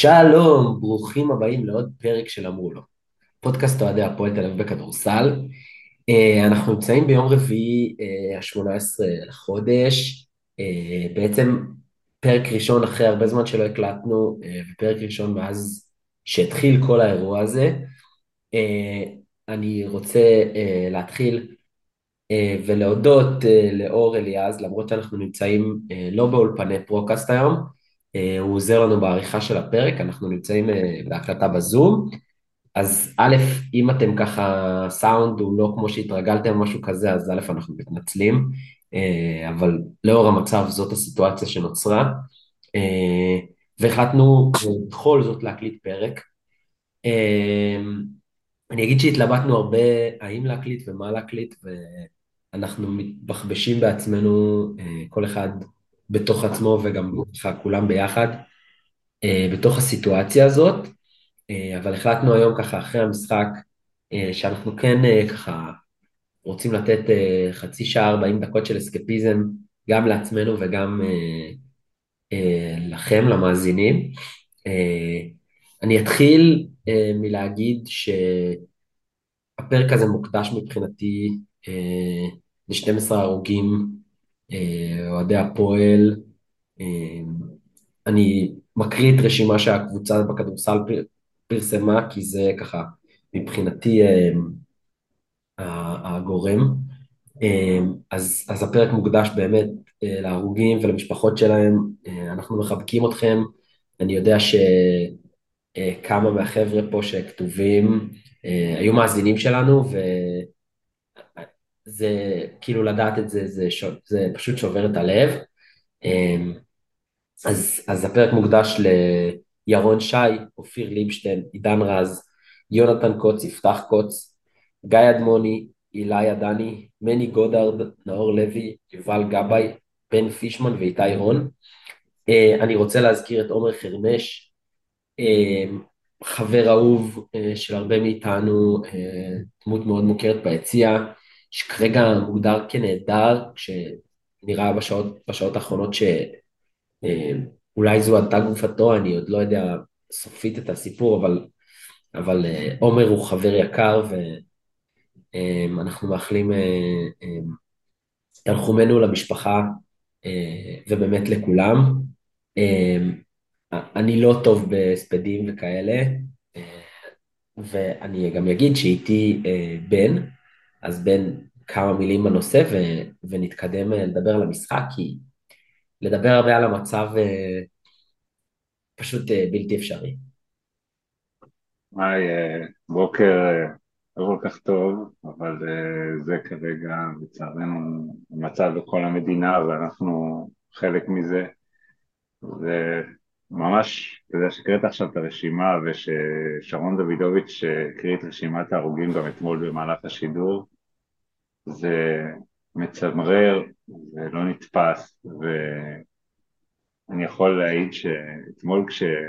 שלום, ברוכים הבאים לעוד פרק של אמרו לו, פודקאסט אוהדי הפועל תל אביב בכדורסל. אנחנו נמצאים ביום רביעי, ה-18 לחודש, בעצם פרק ראשון אחרי הרבה זמן שלא הקלטנו, ופרק ראשון מאז שהתחיל כל האירוע הזה. אה, אני רוצה להתחיל ולהודות לאור אליעז, למרות שאנחנו נמצאים לא באולפני פרוקאסט היום. הוא עוזר לנו בעריכה של הפרק, אנחנו נמצאים בהקלטה בזום. אז א', אם אתם ככה, סאונד הוא לא כמו שהתרגלתם, משהו כזה, אז א', אנחנו מתנצלים, אבל לאור המצב זאת הסיטואציה שנוצרה, והחלטנו בכל זאת להקליט פרק. אני אגיד שהתלבטנו הרבה האם להקליט ומה להקליט, ואנחנו מתבחבשים בעצמנו, כל אחד בתוך עצמו וגם ככה כולם ביחד, בתוך הסיטואציה הזאת. אבל החלטנו היום ככה אחרי המשחק, שאנחנו כן ככה רוצים לתת חצי שעה 40 דקות של אסקפיזם גם לעצמנו וגם לכם, למאזינים. אה, אני אתחיל מלהגיד הפרק הזה מוקדש מבחינתי ל-12 הרוגים, אוהדי הפועל. אה, אני מקריא את רשימה שהקבוצה בכדורסל פרסמה, כי זה ככה מבחינתי הגורם. אז הפרק מוקדש באמת להרוגים ולמשפחות שלהם. אנחנו מחבקים אתכם. אני יודע שכמה מהחבר'ה פה שכתובים היו מאזינים שלנו, זה כאילו לדעת את זה, זה פשוט שובר את הלב. אז הפרק מוקדש לירון שי, אופיר ליבשטיין, עידן רז, יונתן קוץ, יפתח קוץ, גיא אדמוני, אילי עדני, מני גודארד, נאור לוי, יובל גבאי, בן פישמן ואיתי רון. אני רוצה להזכיר את עומר חרמש, אה, חבר אהוב של הרבה מאיתנו, דמות מאוד מוכרת ביציע, שכרגע מוגדר כנהדר, שנראה בשעות האחרונות שאולי זו עלתה גופתו. אני עוד לא יודע סופית את הסיפור, אבל עומר הוא חבר יקר, ואנחנו מאחלים תנחומינו למשפחה, ובאמת לכולם. אה, אני לא טוב בספדים וכאלה, אה, ואני גם אגיד שאיתי בן, אז בן כמה מילים בנושא ונתקדם לדבר על המשחק, כי לדבר הרבה על המצב פשוט בלתי אפשרי. היי, בוקר לא כל כך טוב, אבל זה כרגע לצערנו המצב בכל המדינה ואנחנו חלק מזה. זה ממש, אתה יודע, שקראת עכשיו את הרשימה וששרון דוידוביץ' הקריא את רשימת ההרוגים גם אתמול במהלך השידור, זה מצמרר, זה לא נתפס, אני יכול להעיד שאתמול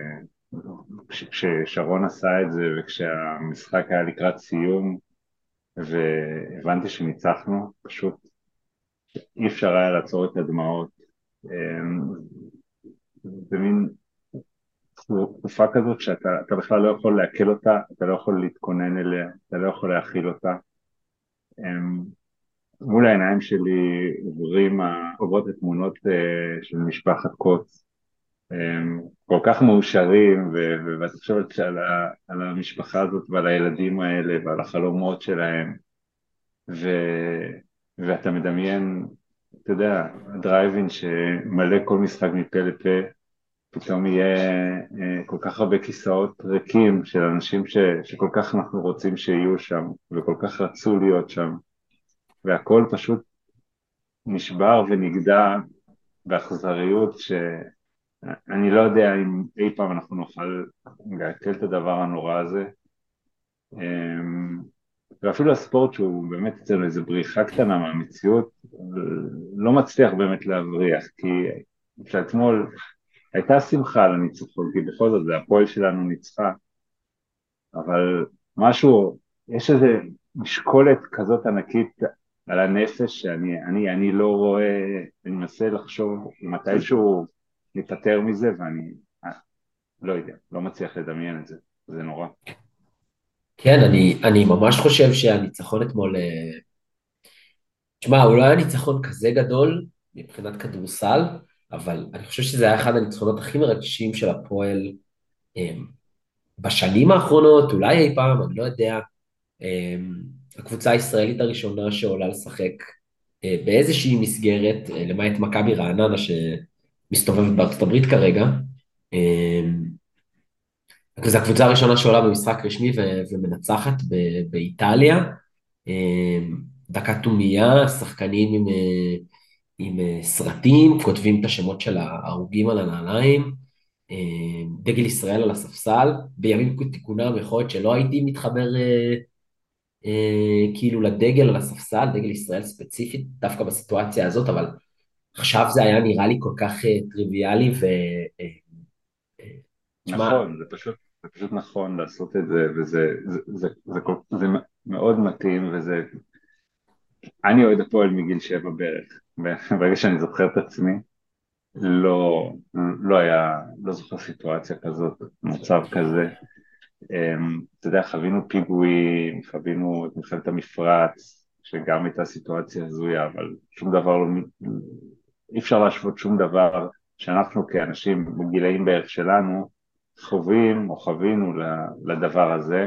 כששרון עשה את זה וכשהמשחק היה לקראת סיום והבנתי שניצחנו, פשוט אי אפשר היה לעצור את הדמעות. זה מין תקופה כזאת שאתה בכלל לא יכול לעכל אותה, אתה לא יכול להתכונן אליה, אתה לא יכול להכיל אותה. מול העיניים שלי עוברות התמונות של משפחת קוץ, כל כך מאושרים, ואתה חושב על המשפחה הזאת ועל הילדים האלה ועל החלומות שלהם, ו, ואתה מדמיין, אתה יודע, דרייבין שמלא כל משחק מפה לפה, פתאום יהיה כל כך הרבה כיסאות ריקים של אנשים שכל כך אנחנו רוצים שיהיו שם, וכל כך רצו להיות שם, והכל פשוט נשבר ונגדע באכזריות אני לא יודע אם אי פעם אנחנו נוכל לעכל את הדבר הנורא הזה. ואפילו הספורט שהוא באמת אצלנו איזו בריחה קטנה מהמציאות, לא מצליח באמת להבריח, כי כשאתמול הייתה שמחה על הניצחון, כי בכל זאת זה הפועל שלנו ניצחה, אבל משהו, יש איזה משקולת כזאת ענקית על הנפש שאני לא רואה, אני מנסה לחשוב מתישהו ניפטר מזה ואני לא יודע, לא מצליח לדמיין את זה, זה נורא. כן, אני ממש חושב שהניצחון אתמול, תשמע, הוא לא היה ניצחון כזה גדול מבחינת כדורסל, אבל אני חושב שזה היה אחד הניצחונות הכי מרגשים של הפועל בשנים האחרונות, אולי אי פעם, אני לא יודע. הקבוצה הישראלית הראשונה שעולה לשחק באיזושהי מסגרת, למעט מכבי רעננה שמסתובבת בארצות הברית כרגע. זו הקבוצה הראשונה שעולה במשחק רשמי ומנצחת באיטליה. דקה תומייה, שחקנים עם סרטים, כותבים את השמות של ההרוגים על הנעליים, דגל ישראל על הספסל, בימים כתיקונם יכול להיות שלא הייתי מתחבר כאילו לדגל על הספסל, דגל ישראל ספציפית, דווקא בסיטואציה הזאת, אבל עכשיו זה היה נראה לי כל כך טריוויאלי, תשמע, נכון, זה פשוט נכון לעשות את זה, זה מאוד מתאים, אני אוהד הפועל מגיל 7 בערך, ברגע שאני זוכר את עצמי, לא, לא זוכר סיטואציה כזאת, מצב כזה. אתה יודע, חווינו פיגועים, חווינו את מלחמת המפרץ, שגם הייתה סיטואציה הזויה, אבל שום דבר לא, אי אפשר להשוות שום דבר שאנחנו כאנשים בגילאים בערך שלנו חווים או חווינו לדבר הזה.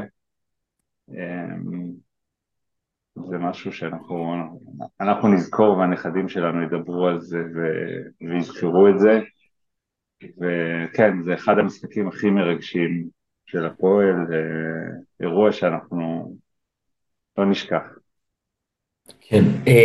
זה משהו שאנחנו נזכור והנכדים שלנו ידברו על זה ויזכרו את זה, וכן, זה אחד המשחקים הכי מרגשים של הפועל, אירוע שאנחנו לא נשכח. כן,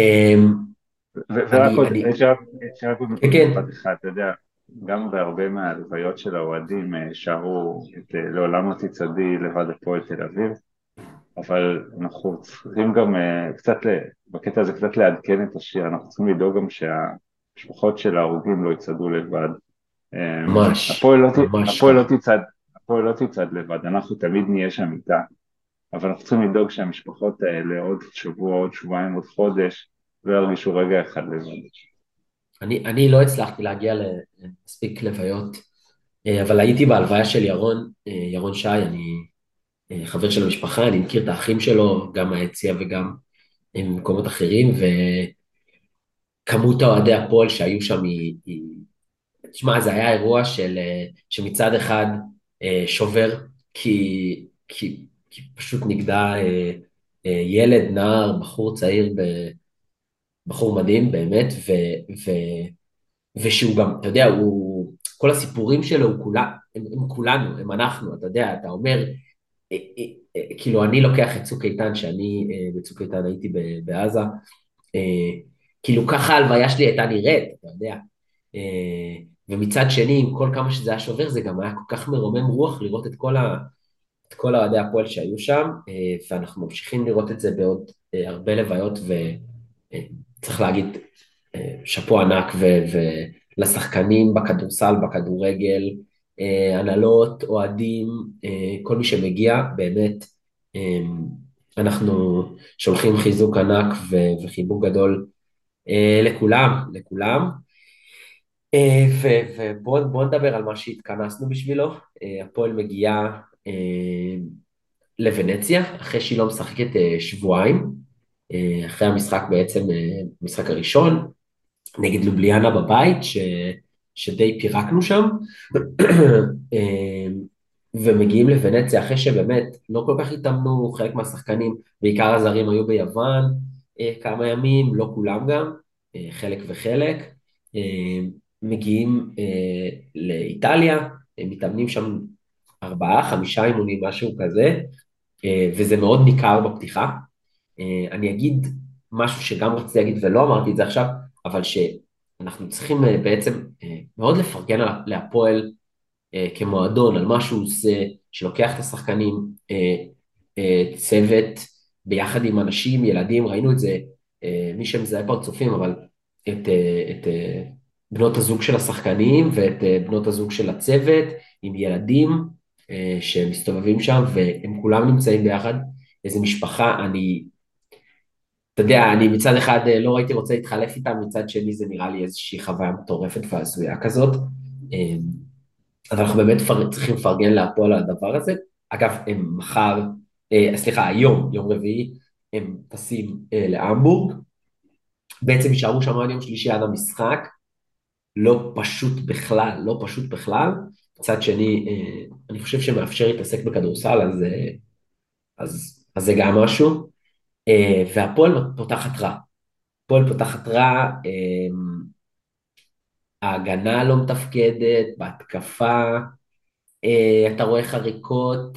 ורק עוד, אני, יש רק כן, עוד כן, משפט אחד, אתה יודע, גם בהרבה מהלוויות של האוהדים שרו את לעולם לא תצעדי לבד הפועל תל אביב, אבל אנחנו צריכים גם בקטע הזה קצת לעדכן את השיר, אנחנו צריכים לדאוג גם שהמשפחות של ההרוגים לא יצעדו לבד. ממש, הפועל ממש ככה. לא תצעד לבד, אנחנו תמיד נהיה שם איתה, אבל אנחנו צריכים לדאוג שהמשפחות האלה עוד שבוע, עוד שבועיים, עוד חודש, לא ירגישו רגע אחד לבד. אני לא הצלחתי להגיע למספיק לוויות, אבל הייתי בהלוויה של ירון, ירון שי, אני חבר של המשפחה, אני מכיר את האחים שלו, גם מהיציע וגם ממקומות אחרים, וכמות אוהדי הפועל שהיו שם תשמע, זה היה אירוע שמצד אחד שובר, כי פשוט נגדע ילד, נער, בחור צעיר, בחור מדהים באמת, ו, ושהוא גם, אתה יודע, כל הסיפורים שלו הם כולנו, הם אנחנו, אתה יודע, אתה אומר, כאילו אני לוקח את צוק איתן, שאני בצוק איתן הייתי בעזה, כאילו ככה ההלוויה שלי הייתה נראית, אתה יודע. ומצד שני, עם כל כמה שזה היה שובר, זה גם היה כל כך מרומם רוח לראות את כל אוהדי הפועל שהיו שם, ואנחנו ממשיכים לראות את זה בעוד הרבה לוויות, וצריך להגיד שאפו ענק לשחקנים בכדורסל, בכדורגל, הנהלות, אוהדים, כל מי שמגיע, באמת, אנחנו שולחים חיזוק ענק וחיבוק גדול לכולם. ובואו נדבר על מה שהתכנסנו בשבילו. הפועל מגיעה לוונציה, אחרי שהיא לא משחקת שבועיים, אחרי המשחק בעצם, המשחק הראשון, נגד לובליאנה בבית, שדי פירקנו שם, ומגיעים לוונציה אחרי שבאמת לא כל כך התאמנו, חלק מהשחקנים, בעיקר הזרים היו ביוון כמה ימים, לא כולם גם, חלק וחלק, מגיעים לאיטליה, הם מתאמנים שם 4-5 אימונים, משהו כזה, וזה מאוד ניכר בפתיחה. אני אגיד משהו שגם רציתי להגיד ולא אמרתי את זה עכשיו, אבל שאנחנו צריכים בעצם מאוד לפרגן להפועל כמועדון, על מה שהוא עושה, שלוקח את השחקנים, צוות, ביחד עם אנשים, ילדים, ראינו את זה, מי שמזהה פרצופים, אבל את בנות הזוג של השחקנים ואת בנות הזוג של הצוות, עם ילדים שמסתובבים שם, והם כולם נמצאים ביחד, איזה משפחה, אתה יודע, אני מצד אחד לא הייתי רוצה להתחלף איתם, מצד שני זה נראה לי איזושהי חוויה מטורפת והזויה כזאת. אז אנחנו באמת צריכים לפרגן להפועל על הדבר הזה. אגב, הם מחר, סליחה, היום, יום רביעי, הם טסים להמבורג, בעצם יישארו שם עד יום שלישי עד המשחק, לא פשוט בכלל, לא פשוט בכלל. מצד שני, אני חושב שמאפשר להתעסק בכדורסל, אז זה גם משהו. והפועל פותחת רע. הפועל פותחת רע, ההגנה לא מתפקדת, בהתקפה, אתה רואה חריקות,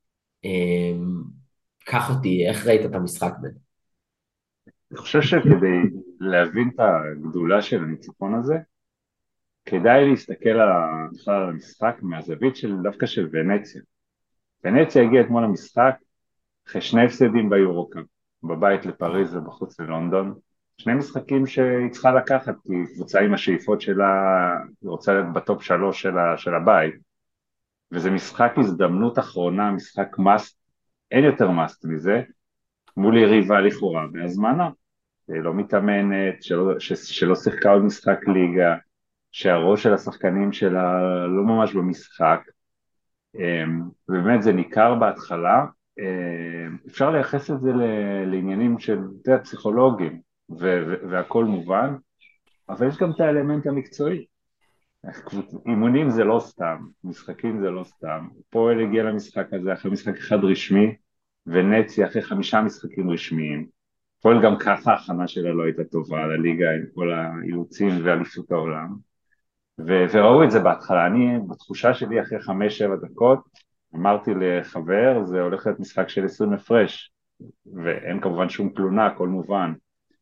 קח אותי, איך ראית את המשחק בן? אני חושב שכדי להבין את הגדולה של הניצחון הזה, כדאי להסתכל בכלל על המשחק מהזווית של דווקא של ונציה. ונציה הגיעה אתמול למשחק אחרי שני הפסדים ביורוקאפ, בבית לפריז ובחוץ ללונדון, שני משחקים שהיא צריכה לקחת, כי קבוצה עם השאיפות שלה, היא רוצה להיות בטופ 3 של הבית, וזה משחק הזדמנות אחרונה, משחק מאסט, אין יותר מאסט מזה, מול יריבה לכאורה בהזמנה, לא מתאמנת, שלא שיחקה עוד משחק ליגה, שהראש של השחקנים שלה לא ממש במשחק, ובאמת זה ניכר בהתחלה, אפשר לייחס את זה לעניינים של פסיכולוגים, והכל מובן, אבל יש גם את האלמנט המקצועי, אימונים זה לא סתם, משחקים זה לא סתם, פועל הגיע למשחק הזה אחרי משחק אחד רשמי, ונצי אחרי 5 משחקים רשמיים, פועל גם ככה ההכנה שלה לא הייתה טובה לליגה עם כל האילוצים ואליפות העולם, וראו את זה בהתחלה. אני בתחושה שלי אחרי 5-7 דקות אמרתי לחבר זה הולך להיות משחק של 20 הפרש, ואין כמובן שום תלונה, הכל מובן,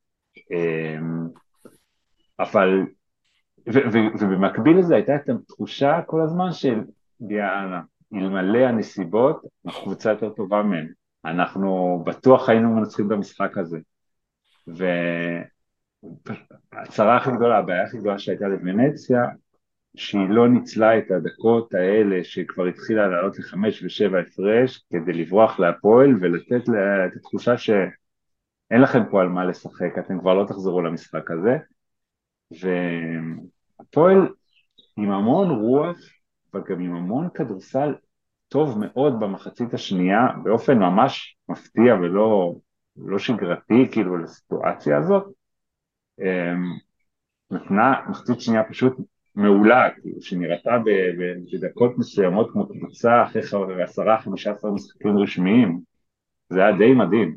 אבל ובמקביל לזה הייתה את התחושה כל הזמן של יאללה, אלמלא הנסיבות אנחנו קבוצה יותר טובה מהם, אנחנו בטוח היינו מנצחים במשחק הזה. והצרה הכי גדולה, הבעיה הכי גדולה שהייתה לוונציה, שהיא לא ניצלה את הדקות האלה שכבר התחילה לעלות ל5 ו7 הפרש כדי לברוח להפועל ולתת לה את התחושה שאין לכם פה על מה לשחק, אתם כבר לא תחזרו למשחק הזה. והפועל עם המון רוח, אבל גם עם המון כדורסל טוב מאוד במחצית השנייה, באופן ממש מפתיע ולא לא שגרתי כאילו לסיטואציה הזאת, נתנה מחצית שנייה פשוט מעולה, כאילו, שנראתה בדקות מסוימות כמו קבוצה אחרי 10-15 משחקים רשמיים, זה היה די מדהים.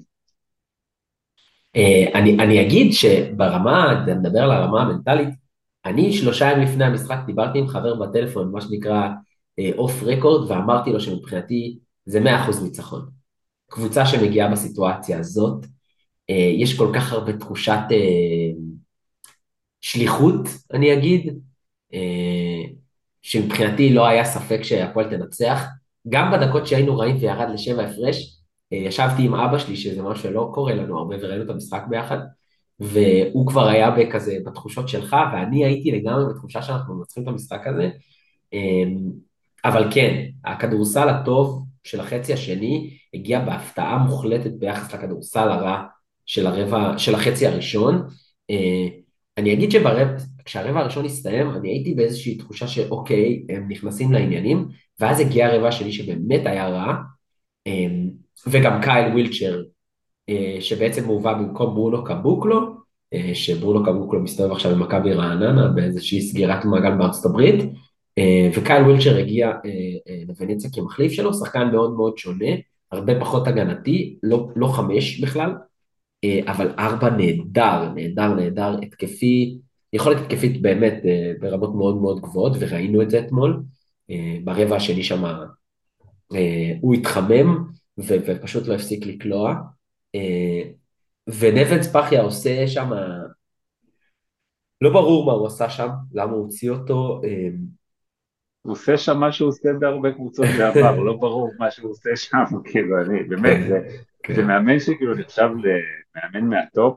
אני אגיד שברמה, נדבר על הרמה המנטלית, אני 3 ימים לפני המשחק דיברתי עם חבר בטלפון, מה שנקרא אוף רקורד, ואמרתי לו שמבחינתי זה 100% ניצחון. קבוצה שמגיעה בסיטואציה הזאת, יש כל כך הרבה תחושת שליחות, אני אגיד, שמבחינתי לא היה ספק שהפועל תנצח. גם בדקות שהיינו רעים וירד ל7 הפרש, ישבתי עם אבא שלי, שזה משהו שלא קורה לנו הרבה, וראינו את המשחק ביחד, והוא כבר היה בכזה, בתחושות שלך, ואני הייתי לגמרי בתחושה שאנחנו מנצחים את המשחק הזה. אבל כן, הכדורסל הטוב של החצי השני הגיע בהפתעה מוחלטת ביחס לכדורסל הרע של החצי הראשון. אני אגיד כשהרבע הראשון הסתיים, אני הייתי באיזושהי תחושה שאוקיי, הם נכנסים לעניינים, ואז הגיע הרבע השני שבאמת היה רע, וגם קייל ווילצ'ר, שבעצם מובא במקום ברונו קבוקלו, שברונו קבוקלו מסתובב עכשיו במכבי רעננה, באיזושהי סגירת מעגל בארצות הברית, וקייל ווילצ'ר הגיע לוונציה כמחליף שלו, שחקן מאוד מאוד שונה, הרבה פחות הגנתי, לא 5 בכלל, אבל 4 נהדר, נהדר, נהדר, התקפי, יכולת התקפית באמת ברמות מאוד מאוד גבוהות, וראינו את זה אתמול, ברבע השני שם הוא התחמם, ופשוט לא הפסיק לקלוע, ונבן ספחיה עושה שם, לא ברור מה הוא עשה שם, למה הוא הוציא אותו, הוא עושה שם מה שהוא עושה בהרבה קבוצות בעבר, לא ברור מה שהוא עושה שם, כאילו, באמת, כן, זה כן. מאמן שכאילו נחשב למאמן מהטופ,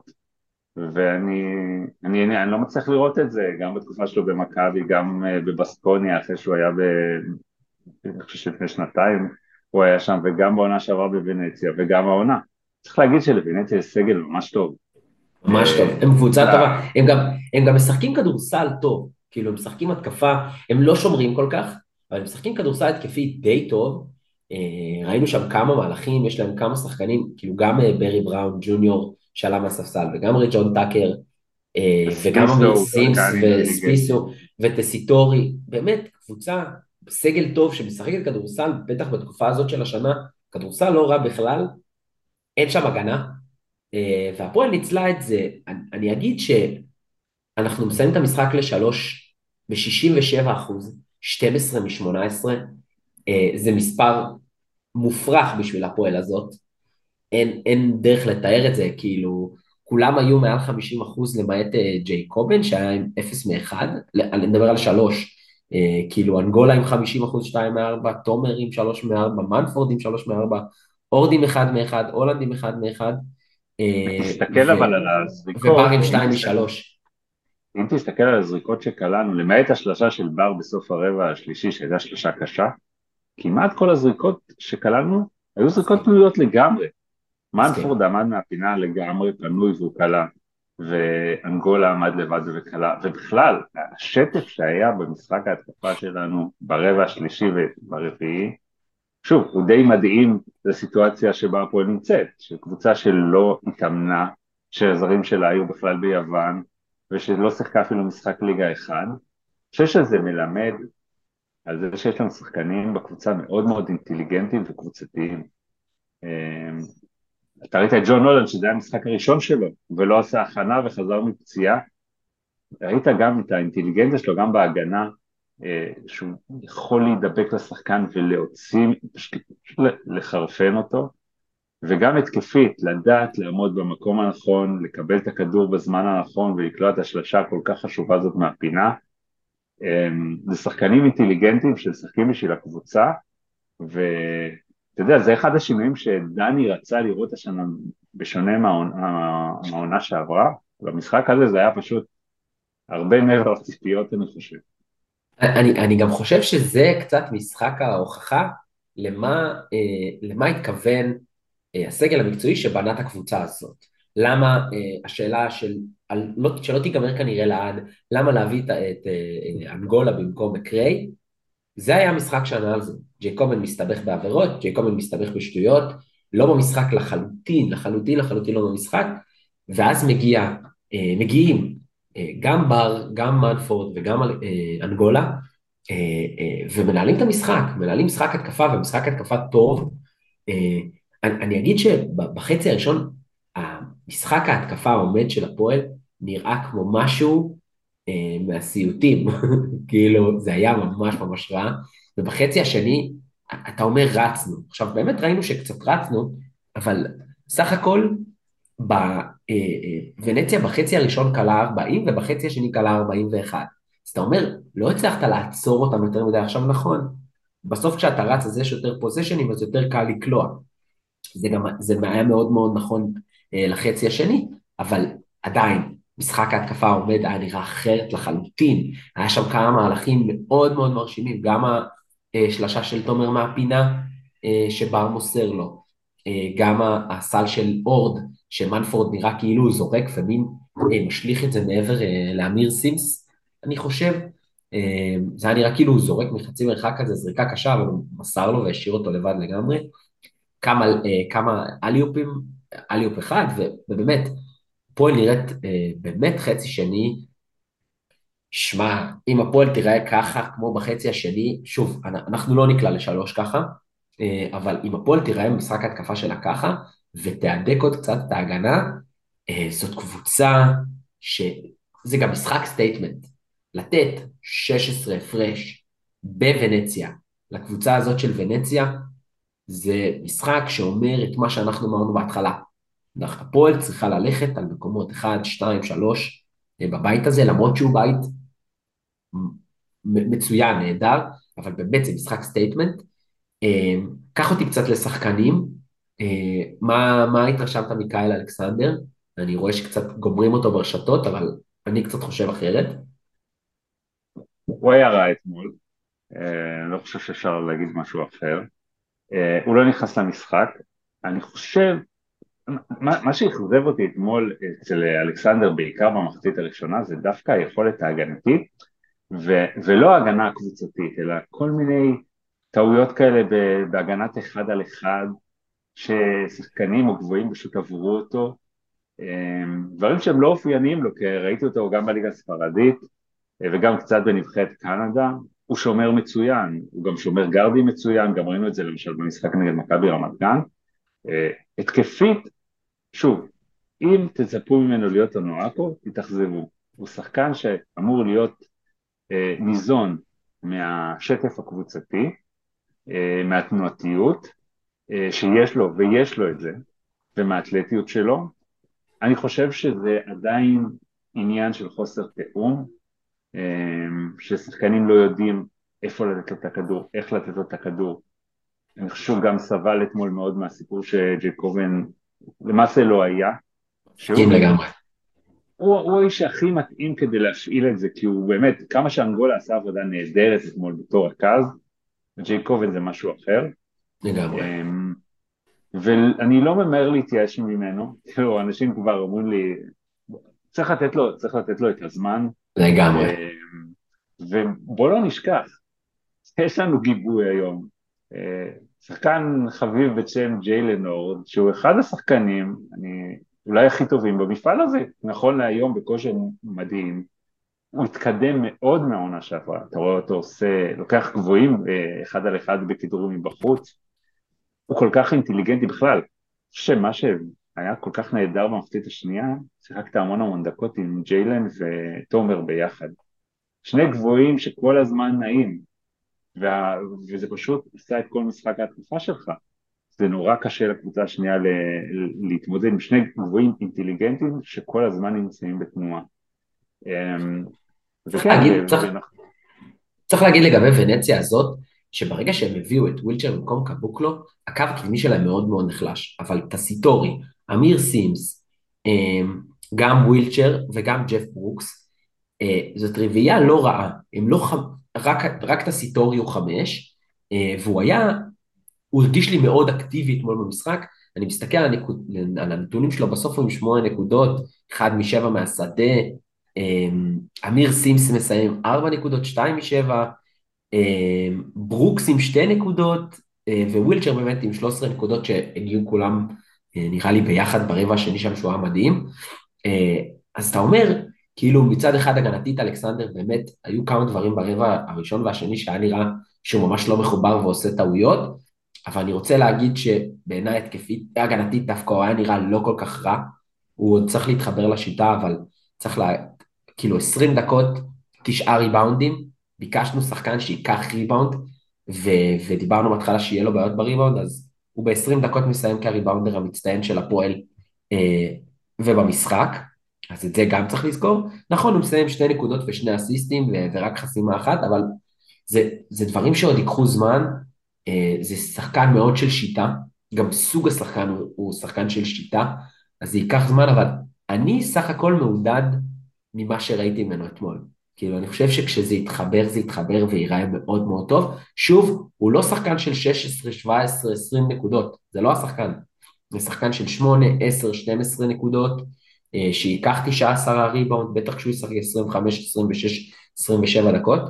ואני לא מצליח לראות את זה, גם בתקופה שלו במכבי, גם בבסקוניה, אחרי שהוא היה אני חושב שלפני 2 הוא היה שם, וגם בעונה שעברה בוונציה, וגם העונה. צריך להגיד שלוונציה יש סגל ממש טוב. ממש טוב, הם קבוצה לה, טובה, הם גם משחקים כדורסל טוב, כאילו הם משחקים התקפה, הם לא שומרים כל כך, אבל הם משחקים כדורסל התקפי די טוב, ראינו שם כמה מהלכים, יש להם כמה שחקנים, כאילו גם ברי בראון ג'וניור שעלה מהספסל, וגם ריג'ון טאקר, וגם וספיסו אמיר הוא סימס שחקן אינטליגנטי. וספיסו וטסיטורי, באמת קבוצה, סגל טוב שמשחקת כדורסל, בטח בתקופה הזאת של השנה, כדורסל לא רע בכלל, אין שם הגנה, והפועל ניצלה את זה. אני אגיד שאנחנו מסיימים את המשחק לשלוש ב-67 אחוז, 12 מ-18, זה מספר מופרך בשביל הפועל הזאת, אין דרך לתאר את זה, כאילו, כולם היו מעל 50 אחוז למעט ג'יי קובן, שהיה עם 0 מ-1, אני מדבר על 3, כאילו אנגולה עם 50 אחוז 2 מ-4, תומר עם 3 מ-4, מנפורד עם 3 מ-4, אורד עם 1 מ-1, הולנד עם 1 מ-1, ותסתכל אבל על ובר הזריקות, עם 2 מ-3. אם תסתכל על הזריקות שקלענו, למעט השלשה של בר בסוף הרבע השלישי, שהייתה שלשה קשה, כמעט כל הזריקות שקלענו היו זריקות מסכים, פנויות לגמרי. מסכים. מנפורד עמד מהפינה לגמרי פנוי והוא קלע, ואנגולה עמד לבד וקלע, ובכלל, השטף שהיה במשחק ההתקפה שלנו ברבע השלישי וברביעי, שוב, הוא די מדהים לסיטואציה שבה הפועל נמצאת, של קבוצה שלא התאמנה, שהזרים שלה היו בכלל ביוון, ושלא שיחקה אפילו משחק ליגה אחד. אני חושב שזה מלמד על זה שיש לנו שחקנים בקבוצה מאוד מאוד אינטליגנטים וקבוצתיים. אתה ראית את ג'ון נולן שזה היה המשחק הראשון שלו, ולא עשה הכנה וחזר מפציעה, ראית גם את האינטליגנציה שלו, גם בהגנה, שהוא יכול להידבק לשחקן ולהוציא, פשוט לחרפן אותו, וגם התקפית, לדעת לעמוד במקום הנכון, לקבל את הכדור בזמן הנכון ולקלוע את השלשה הכל כך חשובה הזאת מהפינה. זה שחקנים אינטליגנטים ששחקים בשביל הקבוצה, ואתה יודע, זה אחד השינויים שדני רצה לראות השנה, בשונה מהעונה שעברה. במשחק הזה זה היה פשוט הרבה מעבר לציפיות, אני חושב. אני גם חושב שזה קצת משחק ההוכחה למה התכוון הסגל המקצועי שבנה את הקבוצה הזאת. למה השאלה שלא תיגמר כנראה לעד, למה להביא את אנגולה במקום מקריי, זה היה משחק שענה על זה. ג'ייקובן מסתבך בעבירות, ג'ייקובן מסתבך בשטויות, לא במשחק לחלוטין, לחלוטין, לחלוטין לא במשחק, ואז מגיעים גם בר, גם מנפורד וגם אנגולה, ומנהלים את המשחק, מנהלים משחק התקפה ומשחק התקפה טוב. אני אגיד שבחצי הראשון, המשחק ההתקפה העומד של הפועל נראה כמו משהו מהסיוטים, כאילו זה היה ממש ממש רע, ובחצי השני אתה אומר רצנו, עכשיו באמת ראינו שקצת רצנו, אבל סך הכל ונציה בחצי הראשון קלה 40 ובחצי השני קלה 41, אז אתה אומר לא הצלחת לעצור אותם יותר מדי. עכשיו נכון, בסוף כשאתה רץ אז יש יותר פוזיישנים אז יותר קל לקלוע, זה היה מאוד מאוד נכון לחצי השני, אבל עדיין, משחק ההתקפה העומד היה נראה אחרת לחלוטין, היה שם כמה מהלכים מאוד מאוד מרשימים, גם השלשה של תומר מהפינה שבר מוסר לו, גם הסל של אורד, שמנפורד נראה כאילו הוא זורק ומין משליך את זה מעבר לאמיר סימס, אני חושב, זה היה נראה כאילו הוא זורק מחצי מרחק כזה, זריקה קשה, אבל הוא מסר לו והשאיר אותו לבד לגמרי, כמה אליופים, אליופ אחד, ובאמת, הפועל נראית באמת חצי שני, שמע, אם הפועל תיראה ככה, כמו בחצי השני, שוב, אנחנו לא נקלע לשלוש ככה, אבל אם הפועל תיראה משחק התקפה שלה ככה, ותהדק עוד קצת את ההגנה, זאת קבוצה שזה גם משחק סטייטמנט, לתת 16 הפרש בוונציה, לקבוצה הזאת של ונציה, זה משחק שאומר את מה שאנחנו אמרנו בהתחלה. הפועל צריכה ללכת על מקומות 1, 2, 3 בבית הזה, למרות שהוא בית מצוין, נהדר, אבל באמת זה משחק סטייטמנט. קח אותי קצת לשחקנים, מה התרשמת מקייל אלכסנדר? אני רואה שקצת גומרים אותו ברשתות, אבל אני קצת חושב אחרת. הוא היה רע אתמול, אני לא חושב שאפשר להגיד משהו אחר. הוא לא נכנס למשחק. אני חושב, מה שאכזב אותי אתמול אצל אלכסנדר, בעיקר במחצית הראשונה, זה דווקא היכולת ההגנתית, ולא הגנה קבוצתית, אלא כל מיני טעויות כאלה בהגנת אחד על אחד, ששחקנים או גבוהים פשוט עברו אותו, דברים שהם לא אופייניים לו, כי ראיתי אותו גם בליגה הספרדית, וגם קצת בנבחרת קנדה. הוא שומר מצוין, הוא גם שומר גרדי מצוין, גם ראינו את זה למשל במשחק נגד מכבי רמת גן. התקפית, שוב, אם תצפו ממנו להיות אונואקו, תתאכזבו. הוא שחקן שאמור להיות ניזון מהשטף הקבוצתי, מהתנועתיות שיש לו, ויש לו את זה, ומהאתלטיות שלו. אני חושב שזה עדיין עניין של חוסר תאום, ששחקנים לא יודעים איפה לתת לו את הכדור, איך לתת לו את הכדור. אני חושב גם סבל אתמול מאוד מהסיפור שג'ייקובן למעשה לא היה, מסכים שהוא לגמרי. הוא האיש הכי מתאים כדי להפעיל את זה, כי הוא באמת, כמה שאנגולה עשה עבודה נהדרת אתמול בתור רכז, ג'ייקובן זה משהו אחר, לגמרי. ואני לא ממהר להתייאש ממנו, כאילו אנשים כבר אומרים לי, צריך לתת לו את הזמן, לגמרי. ובוא לא נשכח, יש לנו גיבוי היום, שחקן חביב בשם ג'יילן הורד, שהוא אחד השחקנים, אולי הכי טובים במפעל הזה, נכון להיום בכושר מדהים, הוא התקדם מאוד מהעונה שעברה, אתה רואה אותו לוקח גבוהים אחד על אחד בכדורים מבחוץ, הוא כל כך אינטליגנטי בכלל, שמה שהיה כל כך נהדר במחצית השנייה, שיחקת המון דקות עם ג'יילן ותומר ביחד, שני גבוהים שכל הזמן נעים, וזה פשוט עשה את כל משחק ההתקפה שלך, זה נורא קשה לקבוצה השנייה להתמודד עם שני גבוהים אינטליגנטים שכל הזמן נמצאים בתנועה. צריך וכן, להגיד, צריך להגיד לגבי ונציה הזאת, שברגע שהם הביאו את ווילצ'ר במקום קבוקלו, הקו הקדמי שלהם מאוד מאוד נחלש, אבל טסיטורי, אמיר סימס, גם ווילצ'ר וגם ג'ף ברוקס, זאת רביעייה לא רעה, הם לא רק טסיטורי הוא 5, והוא הוא הרגיש לי מאוד אקטיבי אתמול במשחק, אני מסתכל על הנתונים שלו, בסוף הוא עם 8 נקודות, 1 מ-7 מהשדה, אמיר סימס מסיים 4 נקודות, 2 מ-7, ברוקס עם 2 נקודות, ווילצ'ר באמת עם 13 נקודות שהגיעו כולם, נראה לי ביחד ברבע השני שם שהוא היה מדהים, אז אתה אומר, כאילו מצד אחד הגנתית אלכסנדר באמת היו כמה דברים ברבע הראשון והשני שהיה נראה שהוא ממש לא מחובר ועושה טעויות, אבל אני רוצה להגיד שבעיניי התקפית, הגנתית דווקא הוא היה נראה לא כל כך רע, הוא צריך להתחבר לשיטה, אבל צריך כאילו 20 דקות, 9 ריבאונדים, ביקשנו שחקן שיקח ריבאונד, ודיברנו בהתחלה שיהיה לו בעיות בריבאונד, אז הוא ב-20 דקות מסיים כריבאונדר המצטיין של הפועל ובמשחק, אז את זה גם צריך לזכור. נכון, הוא מסיים 2 נקודות ו2 אסיסטים ורק חסימה אחת, אבל זה דברים שעוד ייקחו זמן, זה שחקן מאוד של שיטה, גם סוג השחקן הוא שחקן של שיטה, אז זה ייקח זמן, אבל אני סך הכל מעודד ממה שראיתי ממנו אתמול. כאילו, אני חושב שכשזה יתחבר, זה יתחבר ויראה מאוד מאוד טוב. שוב, הוא לא שחקן של 16, 17, 20 נקודות, זה לא השחקן. זה שחקן של 8, 10, 12 נקודות, שיקח 19 ריבאונד, בטח כשהוא ישחק 25, 26, 27 דקות.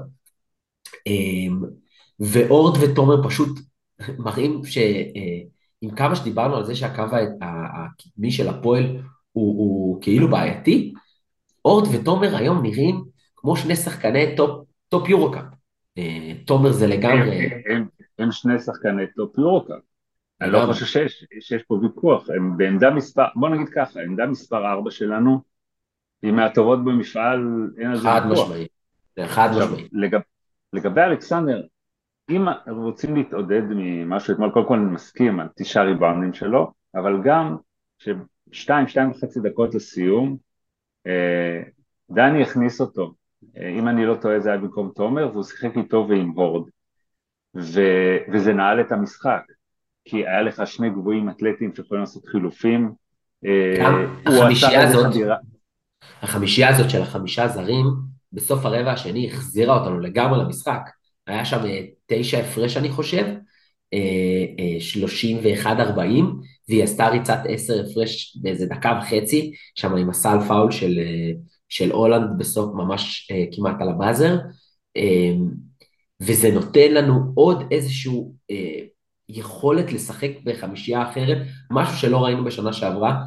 ואורד ותומר פשוט מראים שעם כמה שדיברנו על זה שהקו הקדמי של הפועל הוא כאילו בעייתי, אורד ותומר היום נראים כמו שני שחקני טופ יורוקאפ. תומר זה לגמרי... הם שני שחקני טופ יורוקאפ. אני לא חושב שיש פה ויכוח. הם בעמדה מספר, בוא נגיד ככה, עמדה מספר 4 שלנו, היא מהטובות במפעל, אין על זה ויכוח. חד משמעי. חד משמעי. לגבי אלכסנדר, אם רוצים להתעודד ממשהו, אתמול קודם כל אני מסכים על 9 ריבאונדים שלו, אבל גם ש2, 2.5 דקות לסיום, דני הכניס אותו, אם אני לא טועה זה היה במקום תומר, והוא שיחק איתו ועם הורד, וזה נעל את המשחק, כי היה לך שני גבוהים אתלטים שיכולים לעשות חילופים, החמישייה הזאת של 5 זרים, בסוף הרבע השני החזירה אותנו לגמרי למשחק, היה שם 9 הפרש אני חושב, 31-40, והיא עשתה ריצת 10 הפרש באיזה דקה וחצי, שם עם הסל פאול של הולנד בסוף ממש כמעט על הבאזר, וזה נותן לנו עוד איזשהו יכולת לשחק בחמישייה אחרת, משהו שלא ראינו בשנה שעברה,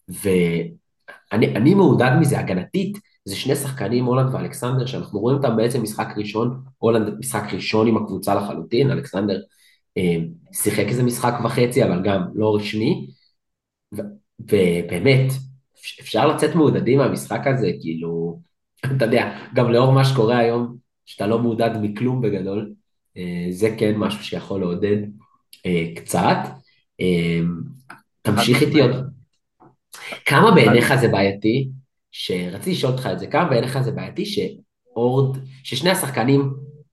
ואני מעודד מזה, הגנתית, זה שני שחקנים, הולנד ואלכסנדר, שאנחנו רואים אותם בעצם משחק ראשון, הולנד משחק ראשון עם הקבוצה לחלוטין, אלכסנדר שיחק איזה משחק וחצי, אבל גם לא רשמי, ובאמת, אפשר לצאת מעודדים מהמשחק הזה, כאילו, אתה יודע, גם לאור מה שקורה היום, שאתה לא מעודד מכלום בגדול, זה כן משהו שיכול לעודד קצת. אה, חד תמשיך איתי עוד. משמעית. כמה חד בעיניך זה בעייתי, שרציתי לשאול אותך את זה, כמה בעיניך זה בעייתי ששני השחקנים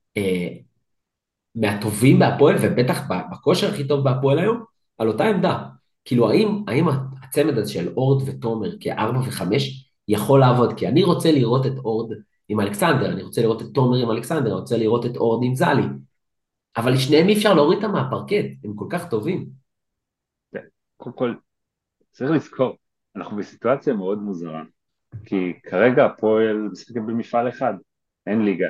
מהטובים בהפועל, ובטח בכושר הכי טוב בהפועל היום, על אותה עמדה. כאילו, האם הצמד הזה של אורד ותומר כארבע וחמש יכול לעבוד? כי אני רוצה לראות את אורד עם אלכסנדר, אני רוצה לראות את תומר עם אלכסנדר, אני רוצה לראות את אורד עם זלי. אבל שניהם אי אפשר להוריד אותם מהפרקט, הם כל כך טובים. קודם כל, צריך לזכור, אנחנו בסיטואציה מאוד מוזרה, כי כרגע הפועל משחקת במפעל אחד, אין ליגה.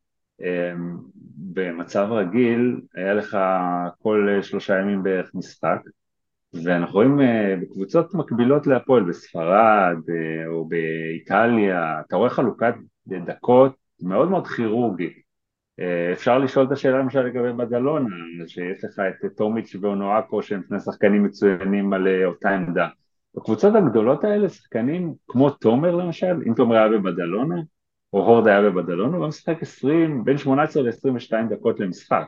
במצב רגיל היה לך כל 3 ימים בערך משחק, ואנחנו רואים בקבוצות מקבילות להפועל, בספרד או באיטליה, אתה רואה חלוקת דקות מאוד מאוד כירורגית. אפשר לשאול את השאלה למשל לגבי בדלונה, שיש לך את טומיץ' ואונואקו שהם שני שחקנים מצוינים על אותה עמדה. בקבוצות הגדולות האלה שחקנים כמו תומר למשל, אם תומר היה בבדלונה, או הורד היה בבדלונה, הוא משחק בין 18 ל-22 דקות למשחק.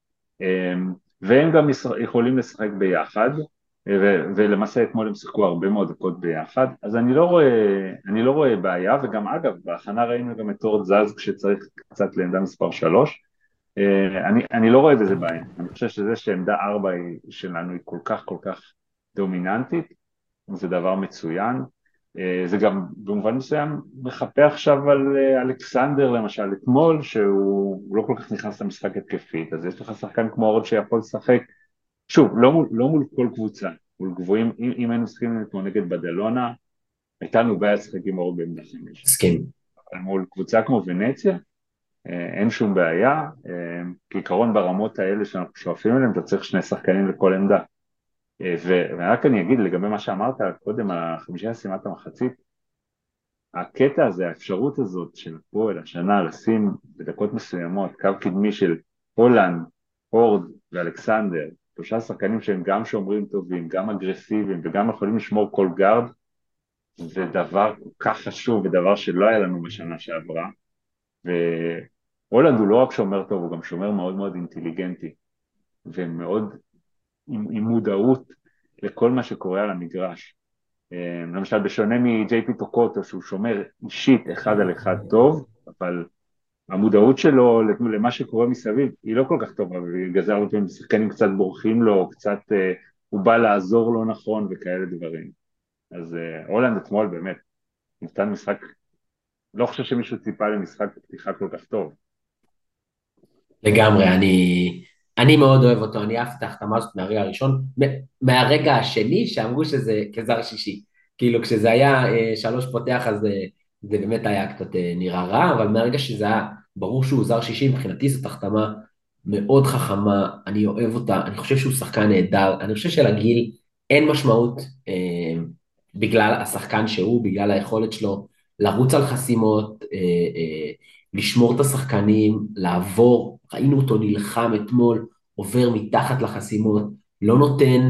והם גם יכולים לשחק ביחד, ולמעשה אתמול הם שיחקו הרבה מאוד דקות ביחד, אז אני לא רואה בעיה, וגם אגב, בהכנה ראינו גם את אורד זז כשצריך קצת לעמדה מספר 3, אני לא רואה בזה בעיה, אני חושב שזה שעמדה 4 שלנו היא כל כך דומיננטית, זה דבר מצוין, זה גם במובן מסוים מחפה עכשיו על אלכסנדר למשל אתמול, שהוא לא כל כך נכנס למשחק התקפית, אז יש לך שחקן כמו אורד שיכול לשחק, שוב, לא מול כל קבוצה, מול גבוהים, אם היינו משחקים כמו נגד בדלונה, הייתה לנו בעיה לשחק עם אורד בעמדה 5, מסכים. אבל מול קבוצה כמו ונציה, אין שום בעיה, כעיקרון ברמות האלה שאנחנו שואפים אליהם, אתה צריך שני שחקנים לכל עמדה. ורק אני אגיד לגבי מה שאמרת קודם, החמישייה סיימת המחצית, הקטע הזה, האפשרות הזאת של הפועל השנה לשים בדקות מסוימות קו קדמי של הולנד, הורד ואלכסנדר, 3 שחקנים שהם גם שומרים טובים, גם אגרסיביים וגם יכולים לשמור כל גארד, זה דבר כל כך חשוב ודבר שלא היה לנו בשנה שעברה, והולנד הוא לא רק שומר טוב, הוא גם שומר מאוד מאוד אינטליגנטי, ומאוד עם מודעות לכל מה שקורה על המגרש. למשל בשונה מג'יי פי טוקוטו שהוא שומר אישית אחד על אחד טוב, אבל המודעות שלו למה שקורה מסביב היא לא כל כך טובה, ובגלל זה הרבה פעמים שחקנים קצת בורחים לו, קצת הוא בא לעזור לו נכון וכאלה דברים. אז הולנד אתמול באמת נתן משחק, לא חושב שמישהו ציפה למשחק פתיחה כל כך טוב. לגמרי, אני מאוד אוהב אותו, אני אהבתי את ההחתמה הזאת מהרגע הראשון, מהרגע השני שאמרו שזה כזר שישי, כאילו כשזה היה 3 פותח אז זה באמת היה קצת נראה רע, אבל מהרגע שזה היה ברור שהוא זר שישי, מבחינתי זאת החתמה מאוד חכמה, אני אוהב אותה, אני חושב שהוא שחקן נהדר, אני חושב שלגיל אין משמעות בגלל השחקן שהוא, בגלל היכולת שלו לרוץ על חסימות, לשמור את השחקנים, לעבור, ראינו אותו נלחם אתמול, עובר מתחת לחסימות, לא נותן,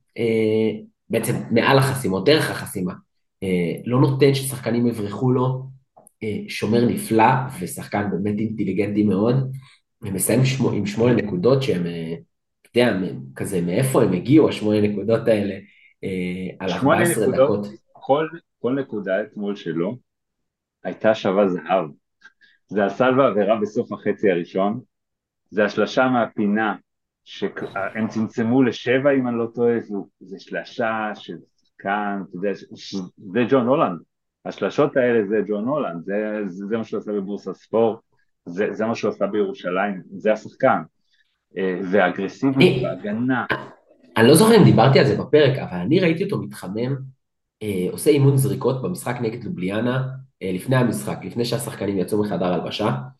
בעצם מעל החסימות, דרך החסימה, לא נותן ששחקנים יברחו לו, שומר נפלא ושחקן באמת אינטליגנטי מאוד, ומסיים עם 8 נקודות שהם, אתה יודע, כזה מאיפה הם הגיעו, 8 נקודות האלה, על 8 14 נקודות, דקות. כל נקודה אתמול שלו הייתה שווה זהב, זה הסל ועבירה בסוף החצי הראשון, זה השלשה מהפינה, שהם צמצמו ל7 אם אני לא טועה, זה שלשה של כאן, זה ג'ון הולנד, השלשות האלה זה ג'ון הולנד, זה מה שהוא עשה בבורסה ספורט, זה מה שהוא עשה בירושלים, זה השחקן, ואגרסיביות בהגנה. אני לא זוכר אם דיברתי על זה בפרק, אבל אני ראיתי אותו מתחמם, עושה אימון זריקות במשחק נגד לובליאנה, לפני המשחק, לפני שהשחקנים יצאו מחדר הלבשה,